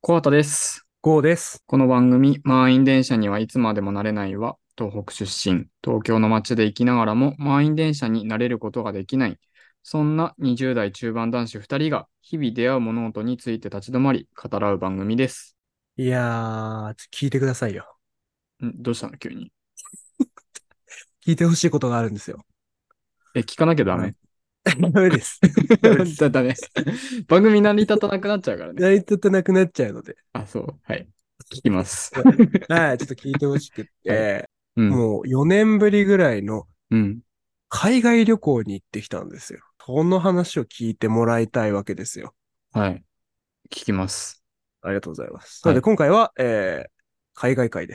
コウタです。 GO です。 この番組、満員電車にはいつまでもなれないは、東北出身、東京の街で生きながらも満員電車になれることができない。そんな20代中盤男子2人が日々出会う物事について立ち止まり、語らう番組です。 いや聞いてくださいよ。 どうしたの急に。 聞いてほしいことがあるんですよ。 聞かなきゃダあ、 メ。 ダメです。ダメです。 ダメ。番組成り立たなくなっちゃうからね。 成り立たなくなっちゃうので。 あ、そう。はい。聞きます。 はい、ちょっと聞いてほしくっはい。 て、 うん。 もう4年ぶりぐらいのうん。 海外旅行に行ってきたんですよ。その話を聞いてもらいたいわけですよ。 はい。聞きます。 ありがとうございます。なのではい。 今回は、海外会です。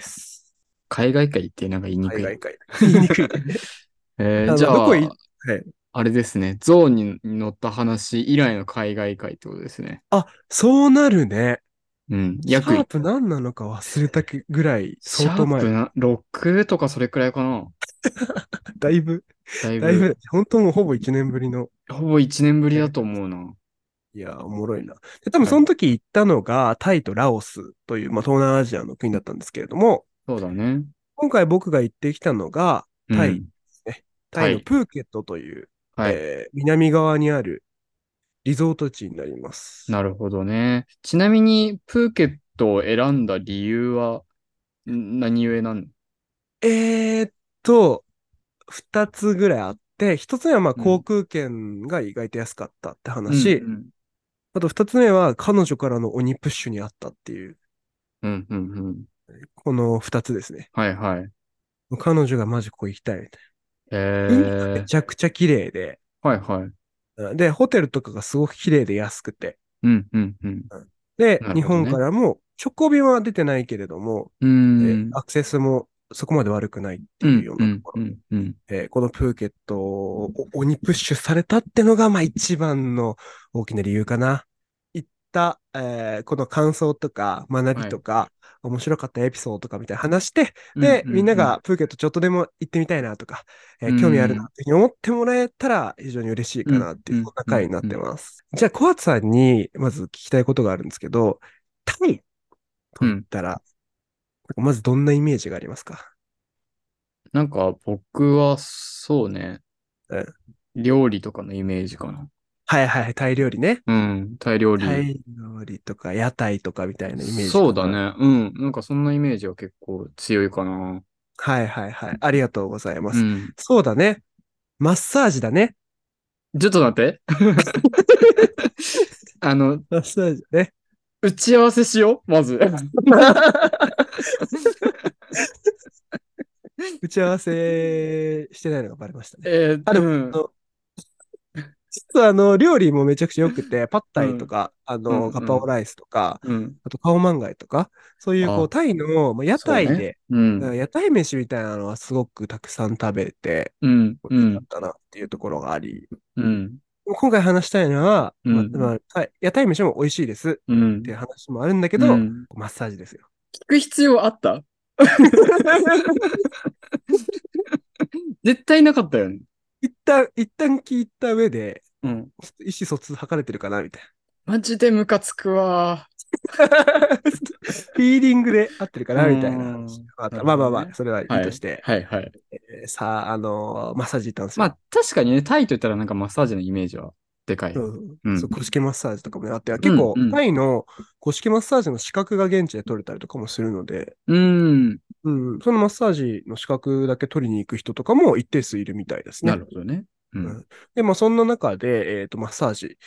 海外会ってなんか言いにくいな。 海外会。言いにくい。 じどこゃあ、 はい。 あれですね。ゾーンに乗った話以来の海外会ってことですね。 あ、そうなるね。 うん。 シャープ何なのか忘れたぐらいシ相当前。 ャープな、6とかそれくらいかな。 だいぶ、 だいぶ、 だいぶ、本当もうほぼ1年ぶりの。 ほぼ1年ぶりだと思うな。 いや、おもろいな。で、多分はい。 その時行ったのがタイとラオスという、東南アジアの国だったんですけれども、 そうだね。 今回僕が行ってきたのがタイでうん。 すね。タイのタイ。 プーケットという、 はい。 南側にあるリゾート地になります。 なるほどね。ちなみに、プーケットを選んだ理由は、何故なの？ えーっと、2つぐらいあって、1つ目はうん。 航空券が意外と安かったってうん、う話。 ん。 あと2つ目は彼女からの鬼プッシュにあったっていう、 うん、うん、うん。 この2つですね。 はい、はい。 彼女がマジここ行きたいみたいへな。海がめえ。 ちゃくちゃ綺麗で、 はい、はい。 で、ホテルとかがすごく綺麗で安くて、 うん、うん、うん。 で、日本かなるほどね。 らも直行便は出てないけれども、 うーん。 アクセスもそこまで悪くないってうん、 いうよううん、 なところ。 うん、うん。 このプーケットを鬼プッシュされたってのが、一番の大きな理由かな。行った、この感想とか学びはい。 とか、面白かったエピソードとかみたいな話して、 うん、 で、 うん、 みんなうん。 がプーケットちょっとでも行ってみたいなとか、 う興味あるん、 なっていうふうに思ってもらえたら非常に嬉しいうん、 かなっていう、そうん、 んなうん、 回になってうん。 ます。じゃあ、小松さんにまず聞きたいことがあるんですけど、タイと言っうん。 たら、まずどんなイメージがありますか？ なんか僕はそうね、 うん。 料理とかのイメージかな。 はいはいはい、タイ料理ね。 うん、タイ料理。 タイ料理とか屋台とかみたいなイメージかな。 そうだね。うん。なんかそんなイメージは結構強いかな。 はいはいはい。ありがとうございます。 うん。 そうだね。マッサージだね。 ちょっと待って。あの、 マッサージだね。 打ち合わせしよう、まず。 打ち合わせしてないのがバレましたね。あ、でも、 うん、 実は料理もめちゃくちゃ良くて、パッうん、 タイとか、 うん、 ガうん、 パオライスとか、 うん。 あとカオマンガイとか、そういうあ、 タイの、屋そうね。 台で、 うん、 屋台飯みたいなのはすごくたくさん食べて、 うん、 美味しかっうん、 たなっていうところがあり、 うん、 今回話したいのは、 うん、 屋台飯も美味しいですうん、 っていう話もあるんだけど、 うん。 マッサージですよ。 聞く必要あった？絶対なかったよね。 一旦聞いた上で、 うん。 意思疎通図れてるかなみたいマジでムカつくわ。 な。フィーリングで合ってるかうーなみたいな話ん。 があった。 なるほどね。 それはいいはい。 として。 はいはい。 さあ、マッサージ行ったんですよ。 まあ確かにね、タイと言ったらなんかマッサージのイメージはでかい。 うん。そう、 うん。 古式マッサージとかもねあって、 うん、 結構、 うん。 タイの古式マッサージの資格が現地で取れたりとかもするので、 うーん。 うん、そのマッサージの資格だけ取りに行く人とかも一定数いるみたいですなね。 るほどね。うん。 うん。で、そんな中で、マッサージ。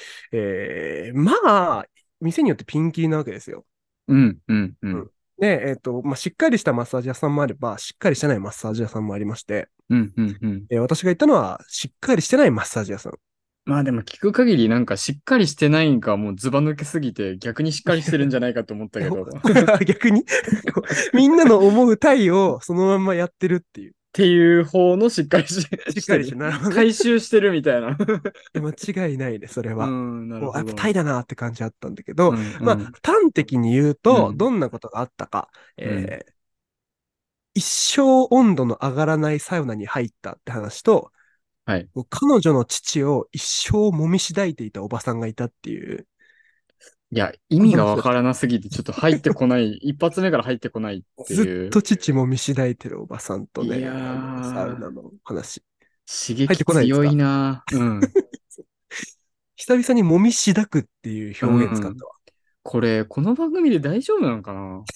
店によってピンキリなわけですよ。 うん、うん、うん。 うん。で、しっかりしたマッサージ屋さんもあれば、しっかりしてないマッサージ屋さんもありまして、 うん、うん、うん。 私が行ったのは、しっかりしてないマッサージ屋さん。 まあでも聞く限りなんかしっかりしてないんかもうズバ抜けすぎて逆にしっかりしてるんじゃないかと思ったけど。 逆にみんなの思う体をそのまんまやってるっていう。 っていう方のしっかりし、 しっかりしてる。 してる。 なるほどね。 回収してるみたいな。 いや、間違いないね、それは。 うん、なるやっぱタほど。 イだなって感じあったんだけど、 うん、うん、 端的に言うと、 うん、 どんなことがあったか。 うん。 一生温度の上がらないサウナに入ったって話と、 はい。 彼女の父を一生揉みしだいていたおばさんがいたっていう。 いや、意味がわからなすぎて、ちょっと入ってこない、一発目から入ってこないってずっいう。 と父も見しだいてるおばさんといね、 やサウナー、 の話。 刺入ってこないです激強いか？ な。うん。 久々にもみしだくっていうう表現使っん。 たわ。 これ、この番組で大丈夫なのかな？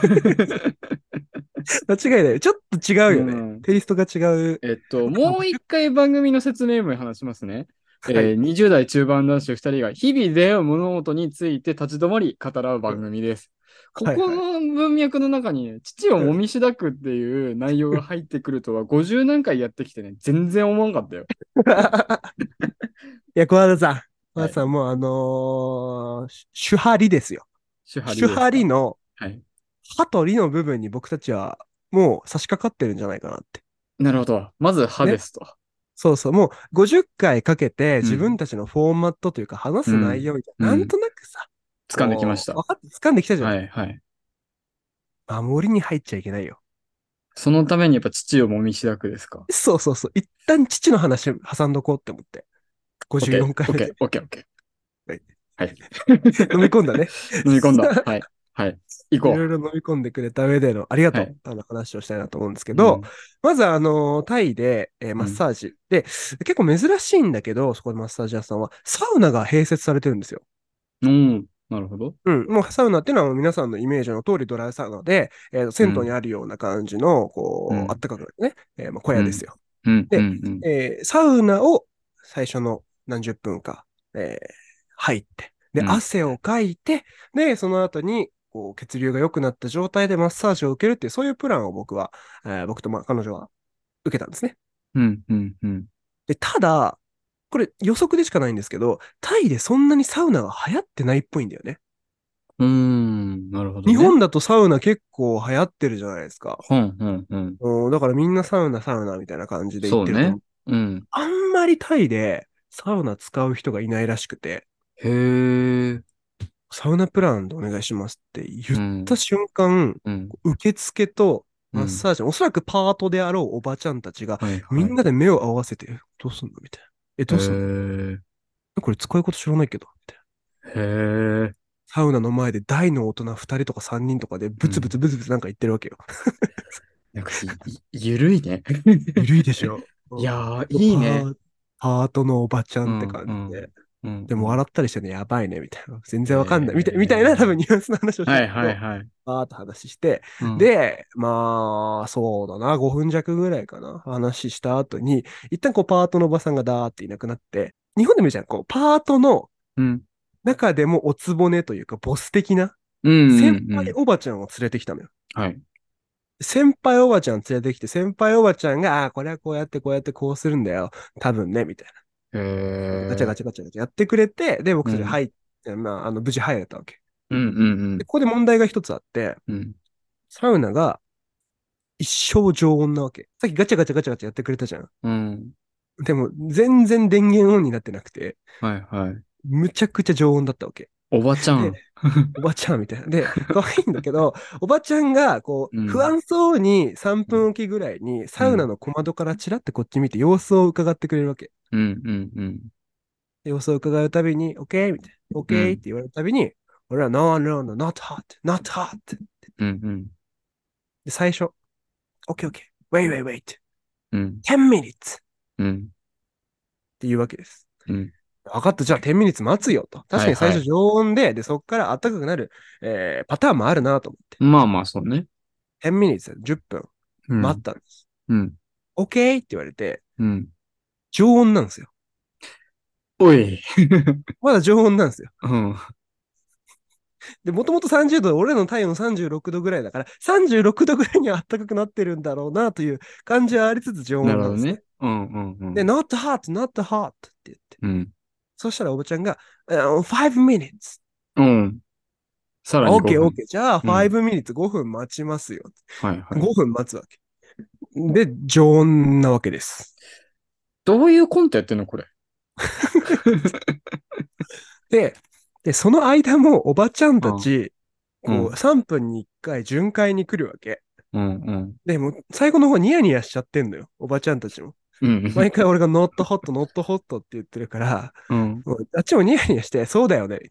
間違いない。ちょっと違ううよね。 ん。 テイストが違う。 もう一回番組の説明文話しますね。 はい。 20代中盤男子2人が日々出会う物事について立ち止まり語らう番うん。 組です。ここはいはい。 の文脈の中にね、父をうん。 もみしだくっていう内容が入ってくるとは50何回やってきてね、全然思わんかったよ。 いや、小和田さん。小和はい。 田さん、もう手張りですよ。 手張り手ですか？ 張りのはい。 歯とりの部分に僕たちはもう差し掛かってるんじゃないかなって。 なるほど。まず歯でね。 すと。 そうそう。もう50回かいかけてうん。 自分たちのフォーマットというか話す内うん。 容みたいな、なんうん。 となくさ、 掴んできました。 分かって掴んできたじゃない。 はい。はい。 守りに入っちゃいけないよ。 そのためにやっぱ父をもみしだくですか？ そうそうそう。一旦父の話挟んどこうって思って。54 オッケー、オッケー、 回目で。 オッケー、オッケー。 はい。 はい。 飲み込んだね。 飲み込んだ。はい。はい。行こいろいろ飲み込んでくれた上でのありがう。はい。 とう。話をしたいなと思うんですけど、 うん。 まずタイで、マッうん。 サージ。で、結構珍しいんだけど、そこでマッサージ屋さんは、サウナが併設されてるんですよ。 おー、なるほど。 うん。もうサウナっていうのは皆さんのイメージの通りドライサウナで、銭湯にうん。 あるような感じの、あっうん。 たかくなるね、まあ、小うん。 屋ですよ。 うん。うで、 ん。うん。 サウナを最初の何十分か、入って、で、 うん。 汗をかいて、で、その後に、血流が良くなった状態でマッサージを受けるっていう、そういうプランを僕とまあ彼女は受けたんですね。 うん。うん。うん。 で、ただ、これ予測でしかないんですけど、タイでそんなにサウナが流行ってないっぽいんだよね。 うーん。なるほどね。 日本だとサウナ結構流行ってるじゃないですか。 ほん、ほん、ほん。 だからみんなサウナ、サウナみたいな感じで行っそうね。 てると思う。 うん。 あんまりタイでサウナ使う人がいないらしくて、 へえ。 サウナプランでお願いしますって言ったうん。 瞬間、 うん。 受付とうん。 マッサージ、おそらくパートであろうおばちゃんたちが、 はい、はい。 みんなで目を合わせて、どうすんのみたいな。 へどうすんの？ え。 これ使い方知らないけど、みたいな。 へえ。 サウナの前で大の大人2人とか3人とかでブツブうん。 ツブツブツなんか言ってるわけよ。 なんかゆるいね。 ゆるいでしょ。 いやー、 うんいいね。 パートのおばちゃんってうん、うん。 感じで。 うん、 でもうん。 笑ったりしてね、やばいね、みたいな。全然わかんない。みたいな多分えニュアンスの話をしはい、はい、 てたんだけど、 はい。 バーっと話して、 うん。 で、まあ、そうだな、5分弱ぐらいかな、話した後に、一旦パートのおばさんがダーっていなくなって、日本でもいいじゃん、パートのうん。 中でもおつぼねというか、ボス的なうん、 先うん、うん。 輩おばちゃんを連れてきたのよ。 はい。 先輩おばちゃん連れてきて、先輩おばちゃんが、これはこうやってこうやってこうするんだよ。多分ね、みたいへな。ガチャえ。 ガチャガチャガチャやってくれて、で、僕うん。 たち入って、まあ、無事入れたわけ。 うん、うん、うで、 ん。 ここで問題が一つあって、 うん。 サウナが一生常温なわけ。さっきガチャガチャガチャガチャやってくれたじゃん。 うん。 でも、全然電源オンになってなくて、 はい、はい。 むちゃくちゃ常温だったわけ。 おばちゃで、 ん。 おばちゃんみたいな。で、可愛いんだけど、おばちゃんが、不うん。 安そうに3 うん。 分おきぐらいに、 うん。 サウナの小窓からチラってこっち見て様子を伺ってくれるわけ。 うん。うん。うん。 で様子を伺うたびに、OK? みたいな。 う OK? ってん。 言われるたびに、俺は No, no, no, not hot, not hot. うん。 で、最初、OK, OK, wait, wait, wait. うん。 10 minutes っうん。 て言うわけです。 うん。 分かった、じゃあ10 minutes 待つよと。確はい、 かに最はい。 初常温で、そこから暖かくなる、パターンもあるなと思って。 まあまあ、そうね。 10 minutes、10分うん。 待ったんです。 うん。 OK? って言われて、 うん。 常温なんですよ。 おい。 まだ常温なんですよ。 うん。 で、もともと30度、俺らの体温36度ぐらいだから、36度ぐらいには暖かくなってるんだろうなという感じはありつつ常な温なんですね。 るほどね。うん、うん、うで、 ん。 not hot, not hot って言って。 うん。 そしたらおばちゃんが、5 minutes。 うん。さらに OK, 5分。 OK. じゃあうん。 5 minutes、5分待ちますよ。 はい、はい。 5分待つわけ。で、常温なわけです。 どういうコントやってんのこれ？ で、その間もおばちゃんうん。 たち、 うん。 3分に1回巡回に来るわけ。 うん。うん。 で、もう最後の方ニヤニヤしちゃってんのよ。おばちゃんたちも。 うん。 毎回俺がノットホット、ノットホットって言ってるから、 うん。 もうあっちもニヤニヤして、そうだよね、みたいな。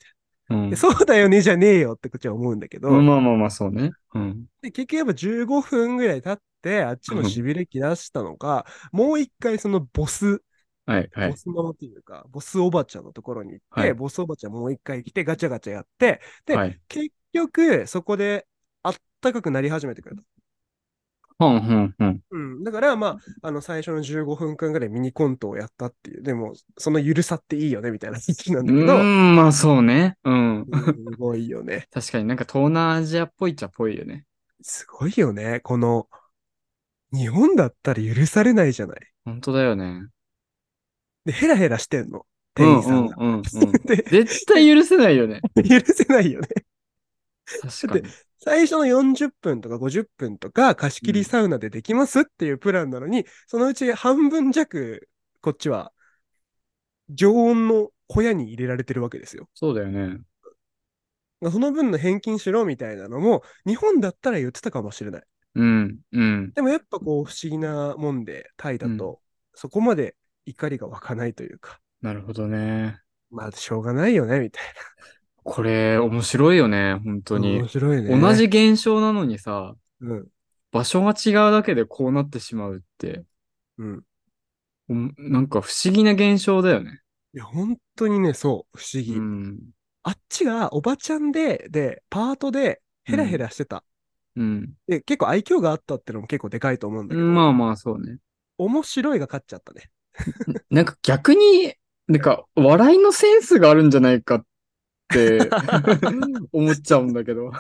うん。 そうだよねじゃねえよってこっちは思うんだけど、 まあまあまあ、そうね。うん。 で、結局やっぱ15分ぐらい経って、あっちも痺れ切らしたのか、もう一回そのはい、はい、 ボスママっていうか、ボスおばちゃんのところに行って、 はい、 ボスおばちゃんもう一回来てガチャガチャやって、で、 はい。 結局そこであったかくなり始めてくれた。 ほんほんほん。 うん。だから、まあ、最初の15分間ぐらいミニコントをやったっていう、でも、そのゆるさっていいよね、みたいな話なんうーだけど、 ん、まあそうね。うん。 すごいよね。 確かになんか東南アジアっぽいっちゃっぽいよね。 すごいよね。日本だったら許されないじゃない。 本当だよね。 で、ヘラヘラしてんの。 うんう店員さんが。 んうんうん。 で、 絶対許せないよね。 許せないよね。だって、 確かに。 最初の40分とか50分とか貸し切りうん。 サウナでできますっていうプランなのに、そのうち半分弱、こっちは常温の小屋に入れられてるわけですよ。 そうだよね。 その分の返金しろみたいなのも、日本だったら言ってたかもしれない。 うん、うん、 でもやっぱこう不思議なもんで、タイうん。 だと、そこまで怒りが湧かないというか、 なるほどね。 まあしょうがないよね、みたいこれ、面白いよね、本当な。 に。 面白い同じね。 現象なのにさ、 うん。 場所が違うだけでこうなってしまうって、 うん。 なんか不思議な現象だよね。 いや、本当にね、そう、不思う議。 ん、 あっちがおばちゃんで、パートでヘラヘうん、 ラしてた。 うん。 で、結構愛嬌があったってのも結構でかいと思うんだけど、 まあまあ、そうね。 面白いが勝っちゃったね。 なんか逆に、なんか笑いのセンスがあるんじゃないかって思っちゃうんだけど。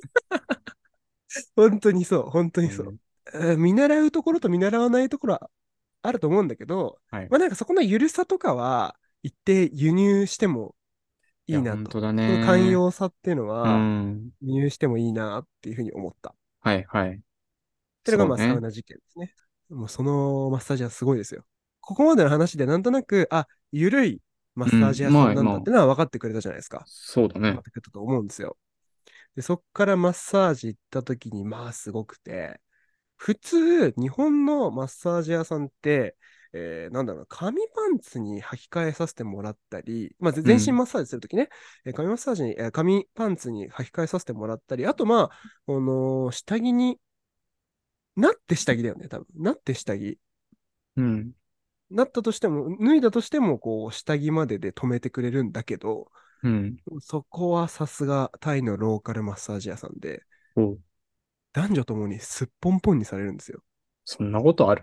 本当にそう、本当にそう。 うん、 見習うところと見習わないところはあると思うんだけど、 はい。いまあなんかそこの緩さとかは一定輸入してもいや、 いなと。 本当だその寛ね。 容さっていうのうはん。 輸入してもいいなっていうふうに思った。っはい、はい。 ていうのがまあサウそうね。 ナ事件ですね。もうそのマッサージはすごいですよ。ここまでの話でなんとなく、あ、緩いマッうん。 サージ屋さまあんなんだってまあ、 のは分かってくれたじゃないですか。 そうだね。 分かってくれたと思うんですよ。で、そっからマッサージ行った時にまあすごくて、普通、日本のマッサージ屋さんって、なんだろうな、紙パンツに履き替えさせてもらったり、まあ、全身うん。 マッサージするときね、紙マッサージに、紙パンツに履き替えさせてもらったり、あとまあ、下着になって下着だよね、多分。なって下着。 うん。 なったとしても、脱いだとしても、こう、下着までで止めてくれるんだけど、 うん。 そこはさすがタイのローカルマッサージ屋さんで、 お、 男女ともにすっぽんぽんにされるんですよ。 そんなことある？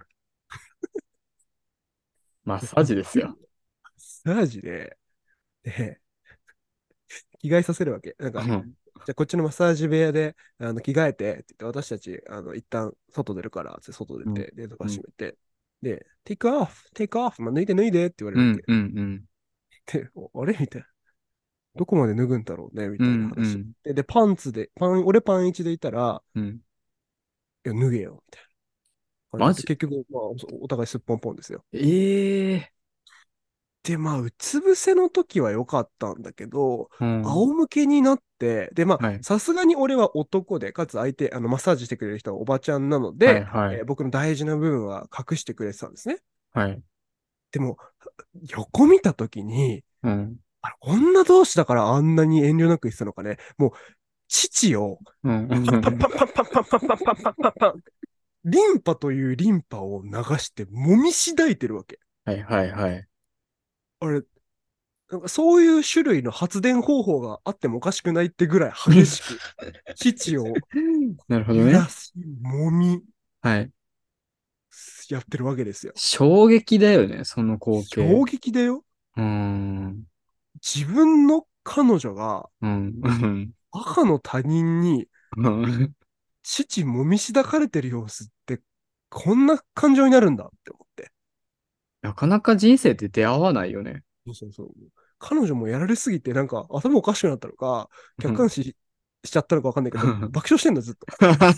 マッサーびっジですよ。 くり。マッサージで、着替えさせるわけ。なんか、 うん。 じゃあこっちのマッサージ部屋で着替えてって言って、私たち一旦外出るからって外出うん。 て、で、とかうん。 閉めて、で、テイクオフ、まあ、脱いで脱いでって言われうん。 るわけ。 うん。 で、あれみたいな。どこまで脱ぐんだろうねみたいなうん。う話。 ん。 で、俺パン1でいたら、 うん。 いや、脱げよ、みたいな感じになって、 マジ？ 結局、まあ、お互いすっぽんぽんですよ。 ええで、まあ、うつ伏せの時は良かったんだけど、 ー。うん。 仰向けになって、で、まあ、 はい。 さすがに俺は男で、かつ相手、マッサージしてくれる人はおばちゃんなのはい。 で、 はい。 僕の大事な部分は隠してくれてたんですね。 はい。 でも、横見た時に、 うん。 あれ女同士だからあんなに遠慮なく言ってたのかね。もう、父を、 うん。うパンパンパん。 ンパンパンパンパンパンパンパンパンパン、リンパというリンパを流して揉みしだいてるわけ。 はい。はい。はい。 あれ、なんかそういう種類の発電方法があってもおかしくないってぐらい激しく、父をなるほどね。 揺らし、揉み、 はい。 やってるわけですよ。 衝撃だよね、その光景。 衝撃だよ。 うーん。 自分の彼女がうん。うん。 赤の他人にうん。 父揉みしだかれてる様子ってこんな感情になるんだって思って。 なかなか人生って出会わないよね。 そうそうそう。彼女もやられすぎてなんか頭おかしくなったのか、 うん。 客観視しちゃったのかわかんないけど、爆笑してんだ、ずっと。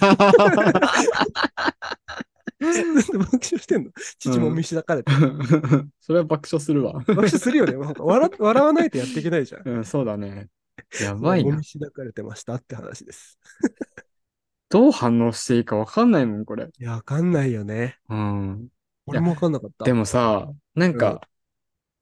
ずっと爆笑してんの。父も見うん。 しだかれて。 それは爆笑するわ。 爆笑するよね。笑わないとやっていけないじゃん。 うん、そうだね。やいや、 ばいな。 もみしだかれてましたって話です。 どう反応していいかわかんないもん、これ。 いや、わかんないよね。 うん。いや、 俺もわかんなかった。 でもさ、なんうん。 か、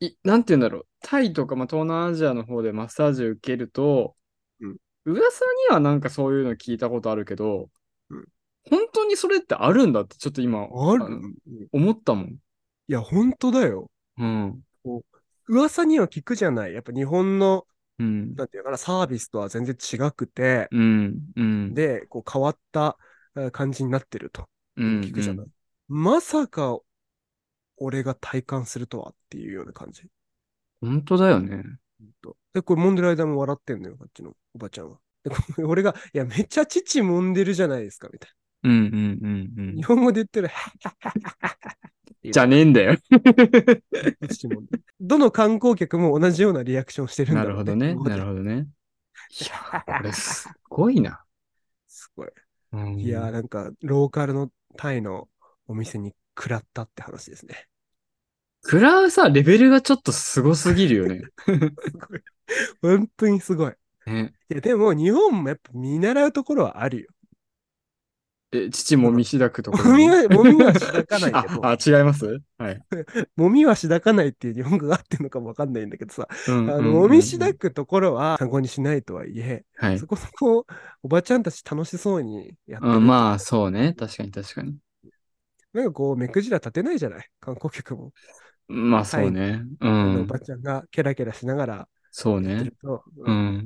なんて言うんだろう。タイとか、まあ、東南アジアの方でマッサージを受けると、 うん。 噂にはなんかそういうの聞いたことあるけど、 うん。 本当にそれってあるんだってちょっと今、 ある、うん。 思ったもん。 いや、本当だよ。 うん。 こ噂には聞くじゃない。やっぱ日本の、 うん。 なんていうのかな、サービスとは全然違くて、 うん。うん。 で、こう変わった感じになってるとうん。 いうのを聞くじゃない。 うん。 まさか俺が体感するとはっていうような感じ。 本当だよね。 で、これ揉んでる間も笑ってんのよ、こっちのおばちゃんは。で、俺が、いや、めっちゃ乳揉んでるじゃないですか、みたいうん。うん。うん。うな。日ん。 本語で言ってる、はっはっはっはっはって言うじゃから、 ねえんだよ。 乳揉んでる。どの観光客も同じようなリアクションしてるんなだろうね、 るほどね。なる向こうで。 ほどね。いやー、これすごいな。 すごい。 ういやー、 ん。 なんか、ローカルのタイのお店に食らったって話ですね。 食らうさ、レベルがちょっとすごすぎるよね。 すごい。本当にすごい。 ね。 いや、でも、日本もやっぱ見習うところはあるよ。 父もみしだくところに。 もみはしだかないけど、 違いますはい。 もみはしだかないっていう日本語があってるのかもわかんないんだけどさ、 うんうんもみしうんうん。 だくところは参考にしないとはいえ、 はい。 そこそこおばちゃんたち楽しそうにやってうん、まあ、 るってとこ。 そうね。確かに確かに。 なんかこう、目くじら立てないじゃない観光客も。 まあ、 タイそうね。うのおばん。 ちゃんがケラケラしながらやってそうね。 ると、 うん。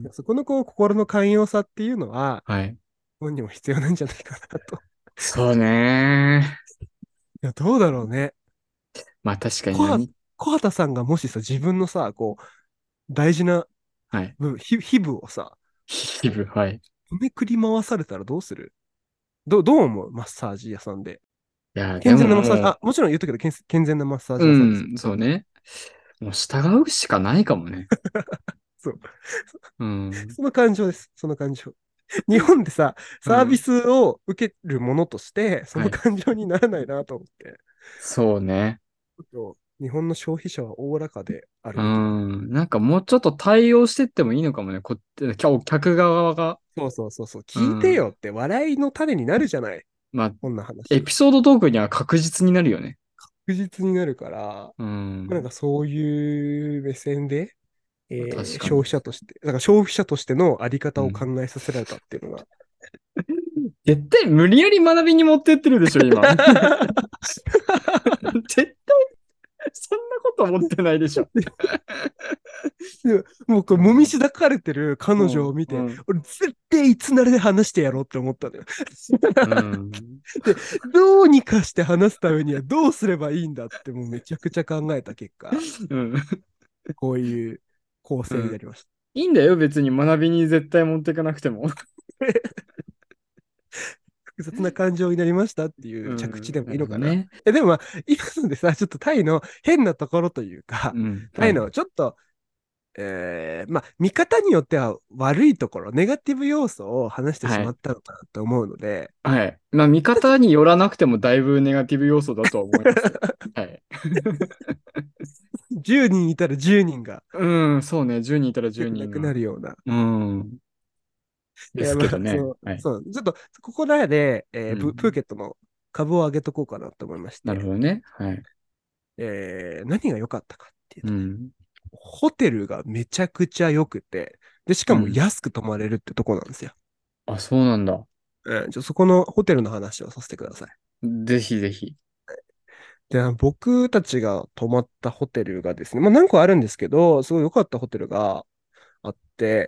そこのこう心の寛容さっていうのは、 はい。 本にも必要なんじゃないかなと。 そうね。 いや、どうだろうね。 まあ、確かに小畑何小畑さんがもしさ、自分のさ、こう、大事なはい。 皮膚をさ、 皮膚、 こはい。 う、めくり回されたらどうする？どう思うマッサージ屋さんで。 いや、で健全なマッサージ、 もももちろん言ったけど、健全なマッサーう、 ジ屋さんですよ。 うん、そうね。もう従うしかないかもね。 そう。 うん。 その感情です。その感情。日本でさ、サービうん。 スを受けるものとして、そのはい。 感情にならないなと思って。 そうね。 ちょっと日本の消費者はおおらかであるうべきだな。 ん。なんかもうちょっと対応してってもいいのかもね。客側が。 そうそうそうそう。聞いてうん。 よって笑いの種になるじゃない。 まあ、 こんな話。 エピソードトークには確実になるよね。 確実になるから、 うなんん。 かそういう目線で、 まあ確かに。 消費者として、だから消費者としてのあり方を考うん。 えさせられたっていうのが。 絶対無理やり学びに持ってってるでしょ、今。絶対そんなこと思ってないでしょ。 でもうこれ、もみしだかれてる彼女をうん、 見て、 うん、 俺絶対いつなれで話してやろうって思ったのよ。 うん。 で、どうにかして話すためにはどうすればいいんだってもうめちゃくちゃ考えた結果、 うん。 こういう構うん。 成になりましいいんだよ、別に学びに絶対持っていかなくても。 た。複雑な感情になりましたっていうう着地でん。なもいいのかな。 るほどね。 でもまあ、今のでさ、ちょっとタイの変なところというか、 うん。 タイはい。 のちょっとまあ、見方によっては悪いところ、ネガティブ要素を話してしはい。 まったのかなと思うので、 はい。まあ、見方によらなくてもだいぶネガティブ要素だとは思いますよ。はい。 10人いたら10人がうん、そうね。10人いたら10 亡くな人が。 るような。 うん。ですまあ、 けどね。はい。 そう、ちょっと、ここらで、プーうん。 ケットの株を上げとこうかなと思いまして、 なるほどね。はい。 何が良かったかっていうとね、 うん。 ホテルがめちゃくちゃ良くて、で、しかもうん。 安く泊まれるってとこなんですよ。 あ、そうなんだ。 そこのホテルの話をさせてください。 ぜひぜひ。 で、僕たちが泊まったホテルがですね、まあ何個あるんですけど、すごい良かったホテルがあって、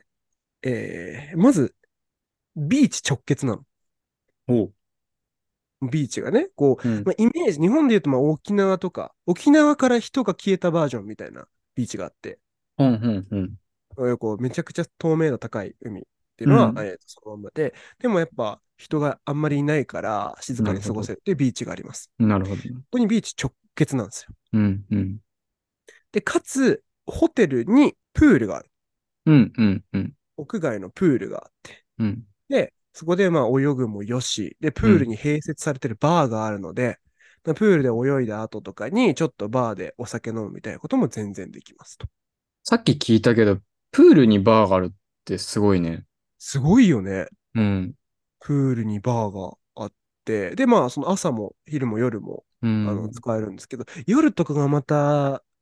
まず、ビーチ直結なの。 おう。 ビーチがね、こう、 うん。 まあ、イメージ、日本で言うとまあ沖縄とか、沖縄から人が消えたバージョンみたいなビーチがあって、 うん、うん、うん。 こうめちゃくちゃ透明度高い海っていうのは、 うん。 そのまんまで、でもやっぱ人があんまりいないから静かに過ごなるほど。 せるっていうビーチがあります。 なるほど。 ここにビーチ直結なんですよ。 うん、うん。 で、かつ、ホテルにプールがある。 うん、うん、うん。 屋外のプールがあって。 うん、 で、そこでまあ泳ぐもよし、で、プうん。 ールに併設されてるバーがあるので、プールで泳いだ後とかにちょっとバーでお酒飲むみたいなことも全然できますと。 さっき聞いたけど、プールにバーがあるってすごいね。 すごいよね。 うん、 プールにバーがあって、で、まあその朝も昼も夜もうん。 使えるんですけど、夜とかがまた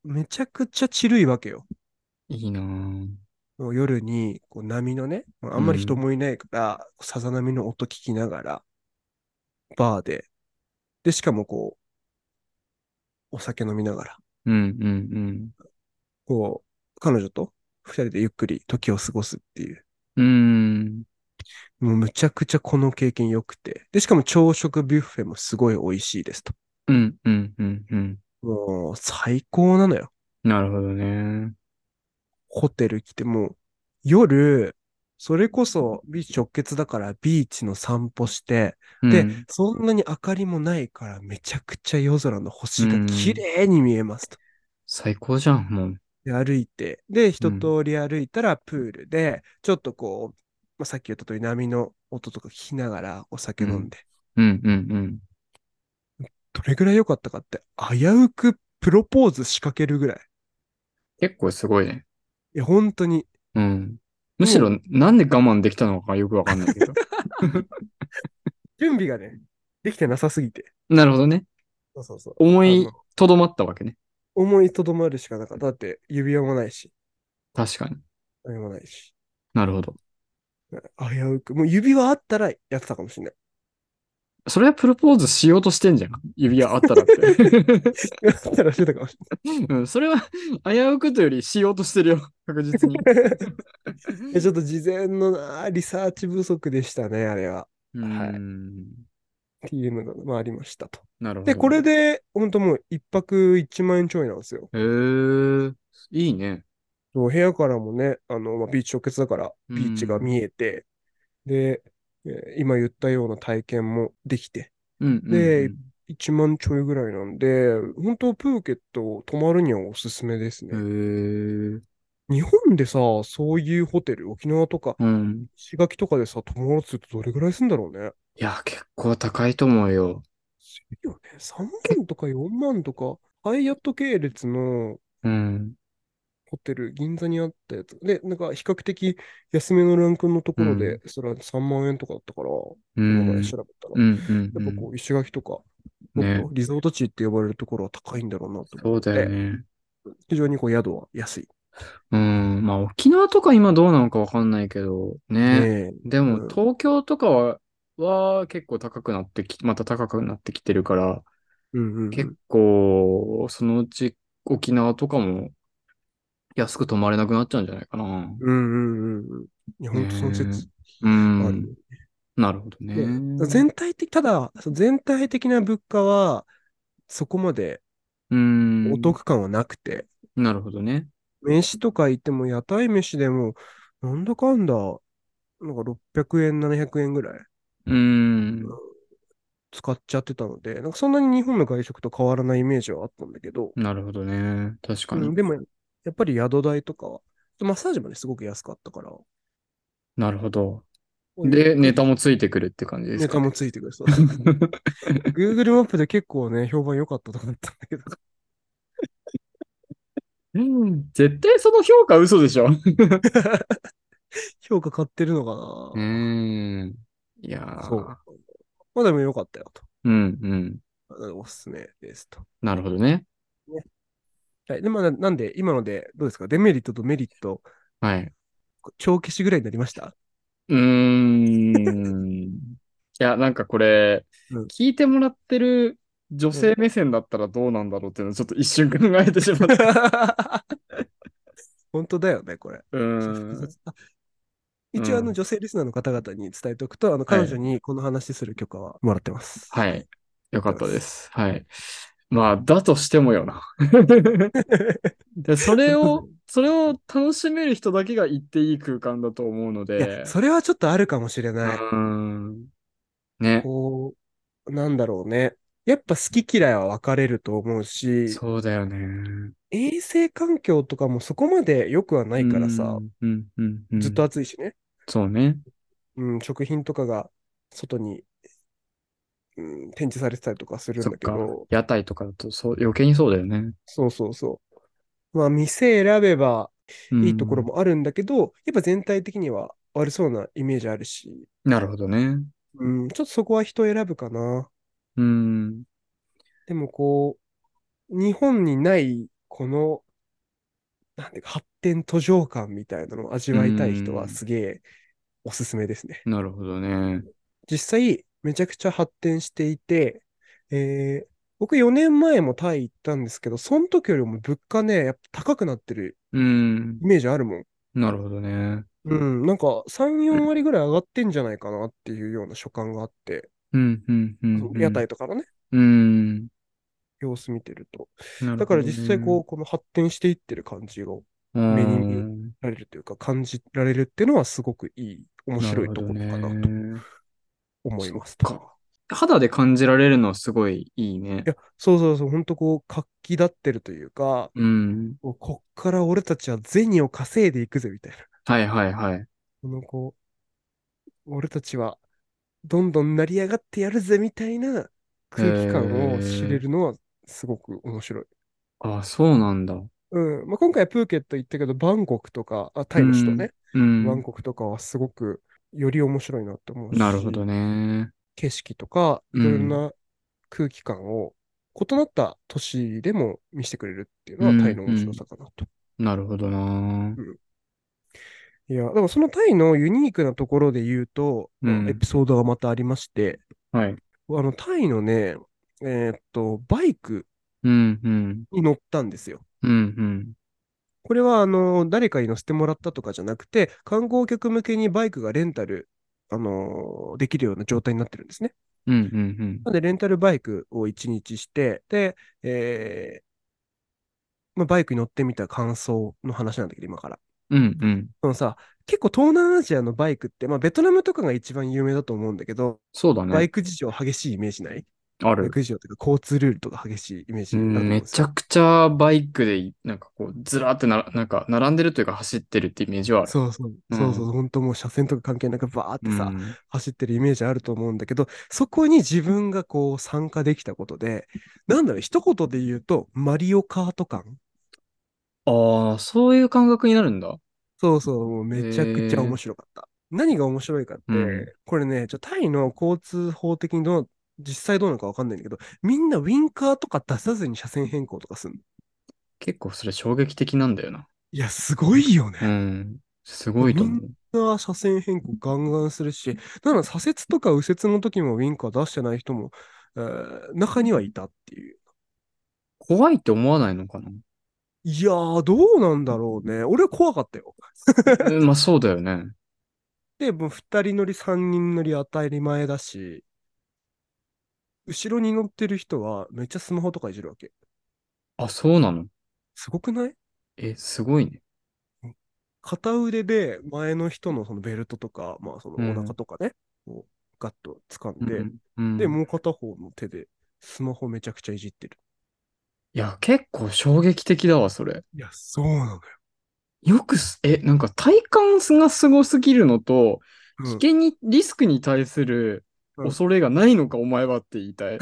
めちゃくちゃチルいわけよ。 いいなぁ。 もう夜にこう波のね、あんまり人うん。 もいないから、さざ波の音聞きながら、バーで、で、しかもこう、お酒飲みながら、 うん、うん、 こう、彼女と二人でゆっくり時を過ごすっていう、 うん。うん、 もうむちゃくちゃこの経験良くて、で、しかも朝食ビュッフェもすごい美味しいですと。 うん、うん、うん。うん。 もう最高なのよ。 なるほどね。 ホテル来てもう夜、それこそビーチ直結だからビーチの散歩して、で、 うん、 そんなに明かりもないからめちゃくちゃ夜空のう星が綺ん。 麗に見えますと。 最高じゃん、もう。 で、歩いて、で、一うん、 通り歩いたらプールで、ちょっとこう、まあ、さっき言った通り波の音とか聞きながらお酒うん、 飲んで、 うん、うん、うん。 どれぐらい良かったかって、危うくプロポーズ仕掛けるぐらい。 結構すごいね。 いや、本当に、 うん。むしろ、 もうなんで我慢できたのかよくわかんないけど。 準備がね、できてなさすぎて。 なるほどね。 そうそうそう。 思いとどまったわけね。 思いとどまるしかなかった。だって指輪もないし、 確かに。 何もないし。 なるほど。 危うく。もう指輪あったらやってたかもしれない。 それはプロポーズしようとしてんじゃん。指輪あったらって。 やったらしてたかもしうん、それは危うくというよりしようとしてるよ。確実に。 れない。ちょっと事前のリサーチ不足でしたね、あれは。 うーはい。 ん。 っていうのが、ありましたと。で、 なるほど。 これで、本当もう一泊1万円ちょいなんですよ。 へえ、いいね。 そう部屋からもね、ビーチ直結だから、 うビーチが見ん。 えて、で、今言ったような体験もできて、 うん、うで、 ん、 1万ちょいぐらいなんで、本当プーケット泊まるにはおすすめですうね。 ん。へえ、 日本でさ、そういうホテル、沖縄とか、 うん。 石垣とかでさ、泊まろうとするとどれぐらいするんだろうね。 いや、結構高いと思うよ。 するよね。3 け、 万とか4万とか、ハイアット系列のうん、 ホテル、銀座にあったやつ。で、なんか比較的安めのランクのところで、 うん、 それは3万円とかだったから、こうの前ん、 調べたら、 うん、うん、うん。 やっぱこう、石垣とか、もっね。 とリゾート地って呼ばれるところは高いんだろうなと思っそうだよて、 ね。 非常にこう宿は安い。 うん。まあ、沖縄とか今どうなのかわかんないけど、ね。 ねえ。 でも、 うん。 東京とかは結構高くなってまた高くなってきてるから、 うんうんう結ん。 構、そのうち沖縄とかも安く泊まれなくなっちゃうんじゃないかな。 うんうんうんうん。いや、 ねほんとそのえ。 説うあるよ。 ん。なるほどで、 ね。 ただ、その全体的な物価はそこまでうおん。 得感はなくて、 なるほどね。 飯とか行っても屋台飯でも、なんだかんだ、なんか600円、700円ぐらいうん。 使っちゃってたので、なんかそんなに日本の外食と変わらないイメージはあったんだけど、 なるほどね。確かに。 うん、でも、やっぱり宿代とかは、マッサージもね、すごく安かったから、 なるほど。 ゆっで、ネタくりもついてくるって感じですネタかね。 もついてくる。そうそうそう。Google マップで結構ね、評判良かったとこだったんだけど、 うん。絶対その評価嘘でしょ。 評価買ってるのかうな。 ん。いやー。 そう。まあでも良かったよと。 うん、うん。 おすすめですと。 なるほどね。 ね。はい。で、なんで、今のでどうですか？デメリットとメリット、 はい。 帳消しぐらいになりました？ うーん。いや、なんかこれ、 うん。 聞いてもらってる女うん。 性目線だったらどうなんだろうっていうのをちょっと一瞬考えてしまって。 本当だよね、これ。 うーちょっと複ん。 雑。一応うん。 女性リスナーの方々に伝えておくと、彼女はい。 にこの話する許可はもらってます。はい。 はい。よかっやってます。 たです。はい。まあ、だとしてもよな。で、それを楽しめる人だけが行っていい空間だと思うのいや、 で、 それはちょっとあるかもしれうない。 ーん。ね。 こなんだろうね。やっぱ好き嫌いは分かれると思うし、 そうだよね。 衛生環境とかもそこまで良くはなういからさ、 ん、うん、うん、うずっとん。 暑いしね。 そうね。 うん、食品とかが外に、うん、展示されてたりとかするんだけそっか。 ど、 屋台とかだと余計にそうだよね。 そうそうそう。まあ、店選べばういいところん。 もあるんだけど、やっぱ全体的には悪そうなイメージあるし、 なるほどね。 うん、ちょっとそこは人選ぶかな。 うん。 でもこう、日本にないこの、なんていうか、発展途上感みたいなのを味うーわいたい人はん。 すげえおすすめですね。 なるほどね。 実際、めちゃくちゃ発展していて、僕4年前もタイ行ったんですけど、その時よりも物価ね、やっぱ高くなってるうーん。 イメージあるもん。 なるほどね。 うん、なんか3、4割ぐらい上がってんじゃないかなっていうような所感があって、 うん、うん、うん、 その屋台とかのね、 うん。うーん。 様子見てると。だからなるほどね。 実際この発展していってる感じをうー目に見ん。 られるというか、感じられるっていうのはすごく面白いとなるほどころかなとね。 思いそっますと。 か。肌で感じられるのはすごいいいね。 いや、そうそうそう、本当活気立ってるというか、 うん。 こっから俺たちは銭を稼いでいくぜみたいな。 はいはいはい。 俺たちはどんどん成り上がってやるぜみたいなへ空気感を知れえ。 るのはすごく面白い。 あ、そうなんだ。 うん。まあ、今回はプーケット行ったけど、バンコクとか、タイの首都うん。 ね。 うん。 バンコクとかはすごくより面白いなって思うなるほどし、 ね。 景色とかいろいろうん。 な空気感を異なった都市でも見せてくれるっていうのはタイうん。 の面白うん。 さかなと。 なるほどな。 うん。いや、でもそのタイのユニークなところで言うと、まあ、エうん。 ピソードがまたありまして、 はい。 タイのね、バイクうん。うん。 に乗ったんですよ。 うん。うん。 これは、誰かに乗せてもらったとかじゃなくて、観光客向けにバイクがレンタル、できるような状態になってるんですね。 うん。うん。 なので、レンタルバイクを1日して、で、えまあ、バイクに乗ってみた感想の話なんだけど、今から。 うん。うん。 そのさ、結構東南アジアのバイクって、まあ、ベトナムとかが一番有名だと思うんだけど、 そうだね。 バイク事情激しいイメージない？ ある。 バイク事情というか交通ルールとか激しいイメージあるうん、 と思うんですよ。 めちゃくちゃバイクで、なんかこう、ずらーってなんか、並んでるというか走ってるってイメージはある。 そうそう、そうそう、 うん。 本当もう車線とか関係なくバーってさ、 うん。 走ってるイメージあると思うんだけど、そこに自分が参加できたことで、なんだろう、一言で言うと、マリオカート感。 ああ、そういう感覚になるんだ。 そうそう、もうへめちゃくちゃ面え。 白かった。何が面白いかっうん。 て、これね、タイの交通法的に実際どうなのかわかんないんだけど、みんなウィンカーとか出さずに車線変更とかするの。 結構それ衝撃的なんだよな。 いや、すごいよね。 うん。すごいとみん思う。 な車線変更ガンガンするし、だから左折とか右折の時もウィンカー出してない人も、中にはいたっていう。 怖いって思わないのかな？ いやー、どうなんだろうね。俺は怖かったよ。 うん、まあそうだよね。 で、もう二人乗り、三人乗り当たり前だし、後ろに乗ってる人はめっちゃスマホとかいじるわけ。 あ、そうなの？ すごくない？ え、すごいね。 片腕で前の人のそのベルトとか、まあそのお腹うん。 とかね、ガッと掴んで、 うん。うで、 ん。 もう片方の手でスマホめちゃくちゃいじってる。 いや、結構衝撃的だわ、それ。 いや、そうなのよ。 なんか体感がすごすぎるのと、 うん。 危険に、リスクに対するうん。 恐れがないのか、お前はって言いたい。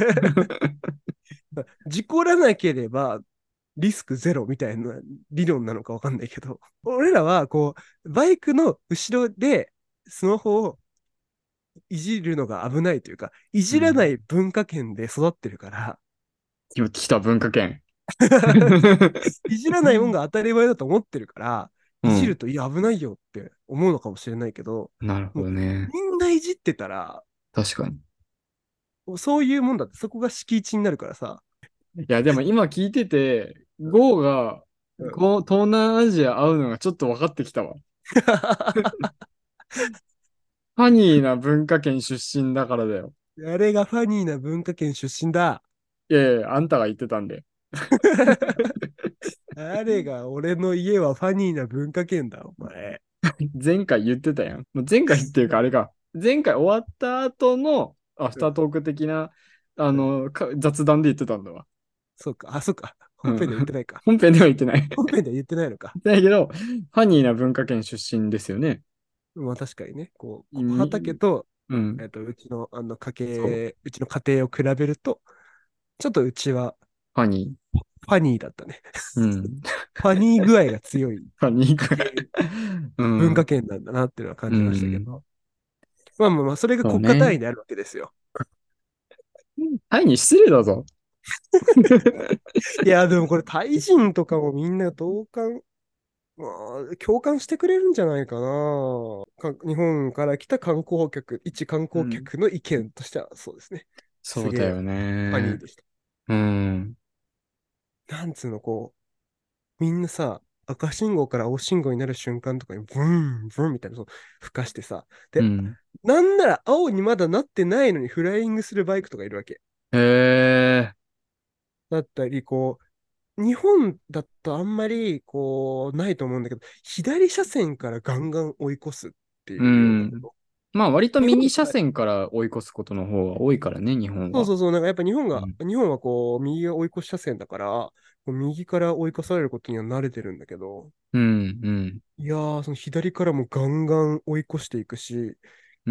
事故らなければリスクゼロみたいな理論なのかわかんないけど、俺らはバイクの後ろでスマホをいじるのが危ないというか、いじらなうん。 い文化圏で育ってるから、 今来た文化圏。 いじらないもんが当たり前だと思ってるから、 うん。 いじると、いや、危ないよって思うのかもしれないけど、 なるほもう、 どね。 みんないじってたら、 確かに。 そういうもんだって、そこが敷地になるからさ。 いや、でも今聞いてて、ゴーが、 うん。 東南アジア会うのがちょっと分かってきたわ。ファニーな文化圏出身だからだよ。 あれがファニーな文化圏出身だ。 いやいや、あんたが言ってたんで。 あれが俺の家はファニーな文化圏だ、お前。 前回言ってたやん。もう前回っていうかあれか。前回終わった後のアフうん。 タートーク的な、 うん。 雑談で言ってたんだわ。 そうか、あ、そうか。 うん。 本編では言ってないか。 本編では言ってない。 本編では言ってないのか。 言ってないけど、ファニーな文化圏出身ですよね。 まあ確かにね、小意味、 畑と、 うん。 うちのそう。 うちの家庭を比べると、ちょっとうちはファニファニーだったね。 ー。うん。 ファニー具合が強いファニーか。 家系、 うん。 文化圏なんだなっていうのは感うじましたけん。 ど。まあまあまあ、それが国家単そうね。 位であるわけですよ。 タイに失礼だぞ。 いや、でもこれ、タイ人とかもみんな同感、まあ、共感してくれるんじゃないかな。日本から来た観光客、一観うん。 光客の意見としてはそうですね。すげえ、 そうだよね。 ファニーでした。 うん。 なんつうの、みんなさ、赤信号から青信号になる瞬間とかに、ブン、ブンみたいな、吹かしてさ。で、 うん。 なんなら青にまだなってないのにフライングするバイクとかいるわけ。 へえ。 だったり、日本だとあんまり、ないと思うんだけど、左車線からガンガン追い越すってういうようなこん。 と。 まあ割と日本右車って線から追い越すことの方が多いからね、日本は。 そうそうそう、なんかやっぱうん。 日本は右が追い越し車線だから、右から追い越されることには慣れてるんだけど、 うん、うん、 いやー、その左からもガンガン追い越していくし、 うん。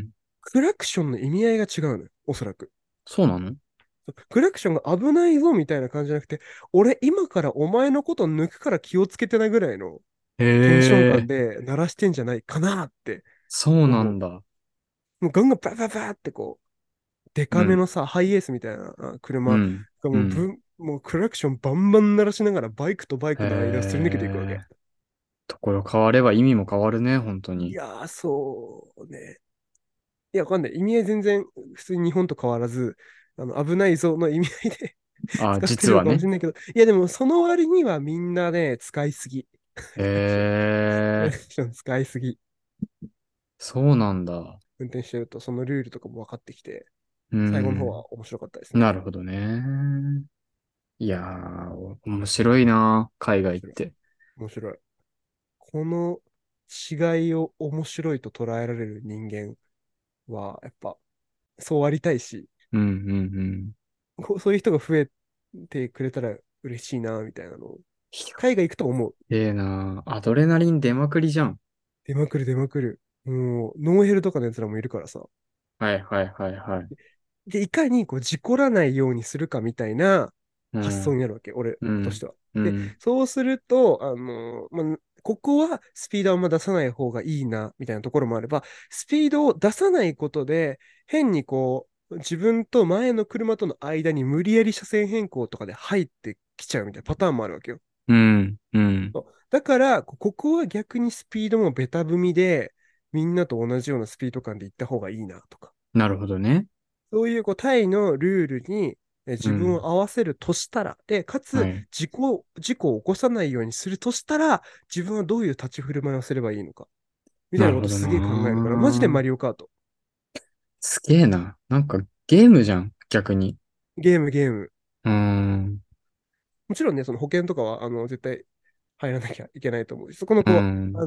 クラクションの意味合いが違うのよ、おそらく。 そうなの？ クラクションが危ないぞみたいな感じじゃなくて、俺今からお前のこと抜くから気をつけてなぐらいのへテンション感え、 で鳴らしてんじゃないかなってそうな思う。 んだ。 もうガンガンバババーってデうん、 カめのさ、ハイエースみたいな車うん、 がうん。 もうクラクションバンバン鳴らしながらバイクとバイへクの間をすり抜けていくわけ。 え、ところ変われば意味も変わるね、本当に。 いやー、そうね。いや、わかんない。意味合い全然普通に日本と変わらず、危ないぞの意味合いであ、 使ってるの実はね。 かもしれないけど、いや、でもその割にはみんなね、使いすぎ。 へクラクション。クラえ、 クション使いすぎ。 そうなんだ。 運転してると、そのルールとかも分かってきて、 う最後の方ん、 は面白かったですね。 なるほどね。いやー、面白いな、海面白い。 外って。 面白い。この違いを面白いと捉えられる人間は、やっぱ、そうありたいし、 うん、うん、うん。 そういう人が増えてくれたら嬉しいな、みたいなのを、海外行くと思う。 ええな、アドレナリン出まくりじゃん。 出まくる出まくる。もう、ノーヘルとかのやつらもいるからさ。 はいはいはいはい。 で、いかに事故らないようにするかみたいな発想にうん、 なるわけ、俺うん、 としては。で、 うん、 そうすると、ここはスピードあんま出さない方がいいな、みたいなところもあれば、スピードを出さないことで、変に自分と前の車との間に無理やり車線変更とかで入ってきちゃうみたいなパターンもあるわけよ。 うん、うん。 そうだから、ここは逆にスピードもベタ踏みで、みんなと同じようなスピード感で行った方がいいなとか。 なるほどね。 そういうタイのルールに自分をうん。 合わせるとしたら、で、かつはい。 事故を起こさないようにするとしたら、自分はどういう立ち振る舞いをすればいいのか、みたいなことなるほどすげえ考えるから、マジでな。 マリオカート。 すげえな。なんかゲームじゃん、逆に。 ゲーム。 うーん。 もちろんね、その保険とかは、絶対入らなきゃいけないと思うし、そこのうん。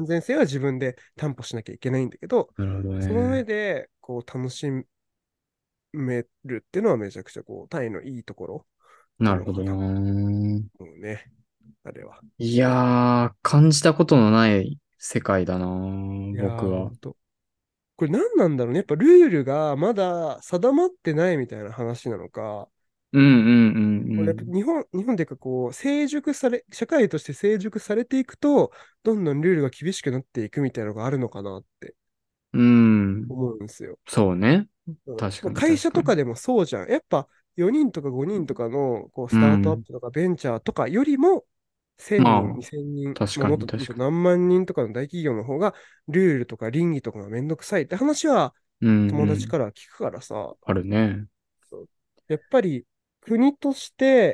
安全性は自分で担保しなきゃいけないんだけど、 なるほどその上ね。 で、楽しめるっていうのはめちゃくちゃタイのいいところななるほどのかな。 な。 もうね、あれは。 いやー、感じたことのない世界だな、 いやー、ほ僕は。 んと。これ何なんだろうね。やっぱルールがまだ定まってないみたいな話なのか、 うんうんうんうこれやっぱん。 日本でいうか社会として成熟されていくと、どんどんルールが厳しくなっていくみたいなのがあるのかなってうん。 思うんですよ。 そうね。 うん確かに会確かに。 社とかでもそうじゃん。やっぱ4人とか5人とかのスタートアッうん。 プとかベンチャーとかよりも1000人、 まあ、 2000人、 確かもっとに確か何万人とかの大企業の方がルールとか倫理とかがめんどくさいって話はに。うん友うん。 達から聞くからさ、 あるね。 やっぱり国として、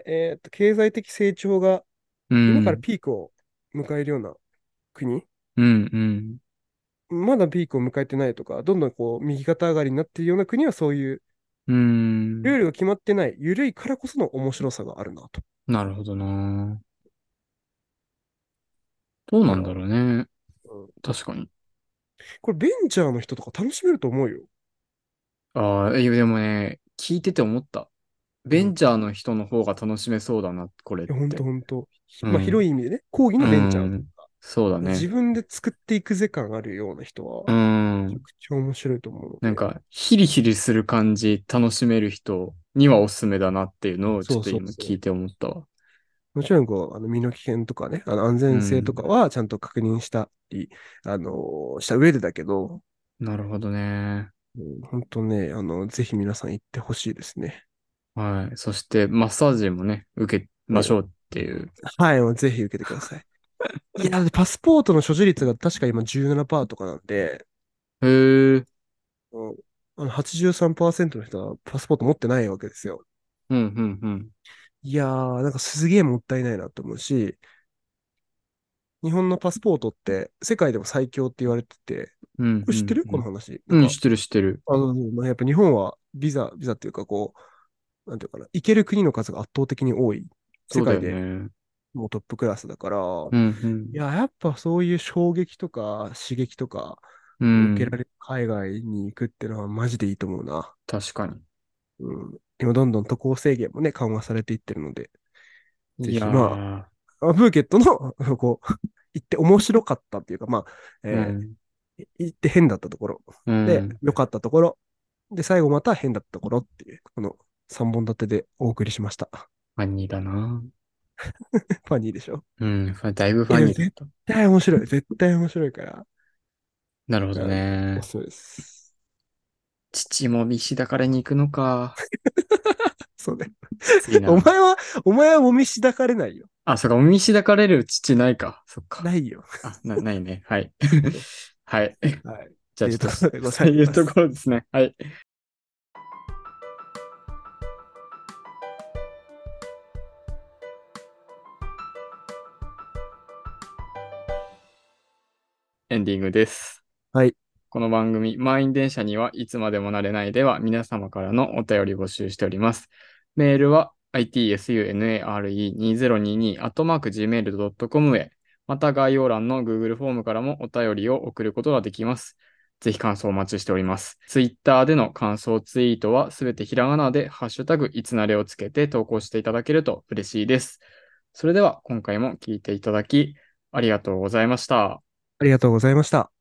経済的成長がう今からん。 ピークを迎えるような国、 うんうん。 まだピークを迎えてないとか、どんどん右肩上がりになっているような国はそういううーん。 ルールが決まってない、緩いからこその面白さがあるなと。 なるほどな。どういや、 なんだろうね。 うん、 確かに。 これベンチャーの人とか楽しめると思うよ。 ああ、いやでもね、聞いてて思った。 うん。いベンチャーの人の方が楽しめそうだな、これっや、ほんとて。 ほんと。まあ、 うん。 広い意味でね、講義うのベンチャーとん。 か、 そうだね。 自分で作っていくぜ感あるような人うは、めちゃん。 くちゃ面白いと思うので、 なんか、ヒリヒリする感じ、楽しめる人にはおすすめだなっていうのを、ちょそうっとそうそう。 今聞いて思ったわ。 もちろん、身の危険とかね、安う全性とかん。 はちゃんと確認したり、した上でだけど、 なるほどね。 本当ね、ぜひ皆さん行ってほしいですね。 はい。そして、マッサージもね、受けましょうっていう。 はい、もうぜひ受けてください。いや、パスポートの所持率が確か今17%とかなんで、 へえ、 うん、83%の人はパスポート持ってないわけですよ。 うん、うん、うん。 いやー、なんかすげえもったいないなと思うし、日本のパスポートって世界でも最強って言われてて、 うん、うん、 これ知ってるうん。 この話。なんうん、 か、 知ってる、知ってる。 まあ、やっぱ日本はビザっていうかこう、なんていうかな、行ける国の数が圧倒的に多い。世そうだ界でよね。 もうトップクラスだから、 うん、うん。 やっぱそういう衝撃とか刺激とかうん。 を受けられる海外に行くってのはマジでいいと思うな。 確かに。 うん。今どんどん渡航制限もね、緩和されていってるので、ぜいやひ、 ー、 プーケットの、こう、行って面白かったっていうか、 うん、 行って変だったところ、で、 うん。 良かったところ、で、最後また変だったところっていう、この3本立てでお送りしました。 ファニーだな。 ファニーでしょ？ うん、だいぶフいや、絶ァニーだった。 対面白い。絶対面白いから。 なるほどいや、おね。 すすめです。 父もミシだからに行くのか。 そうね。 きついな。 お前は、お前はもみしだかれないよ。 あ、そっか、おミシ抱かれる父ないか。そっか。 ないよ。 あ、ないね。はい。はい。 はい。っじゃあちょっとていうところでござそういうとこいます。 ろですね。はい。エンディングです。 はい。 この番組、満員電車にはいつまでもなれないでは皆様からのお便り募集しております。メールは itsunare2022-gmail.com へ、また概要欄の Google フォームからもお便りを送ることができます。ぜひ感想お待ちしております。Twitter での感想ツイートはすべてひらがなでハッシュタグいつなれをつけて投稿していただけると嬉しいです。それでは今回も聞いていただきありがとうございました。 ありがとうございました。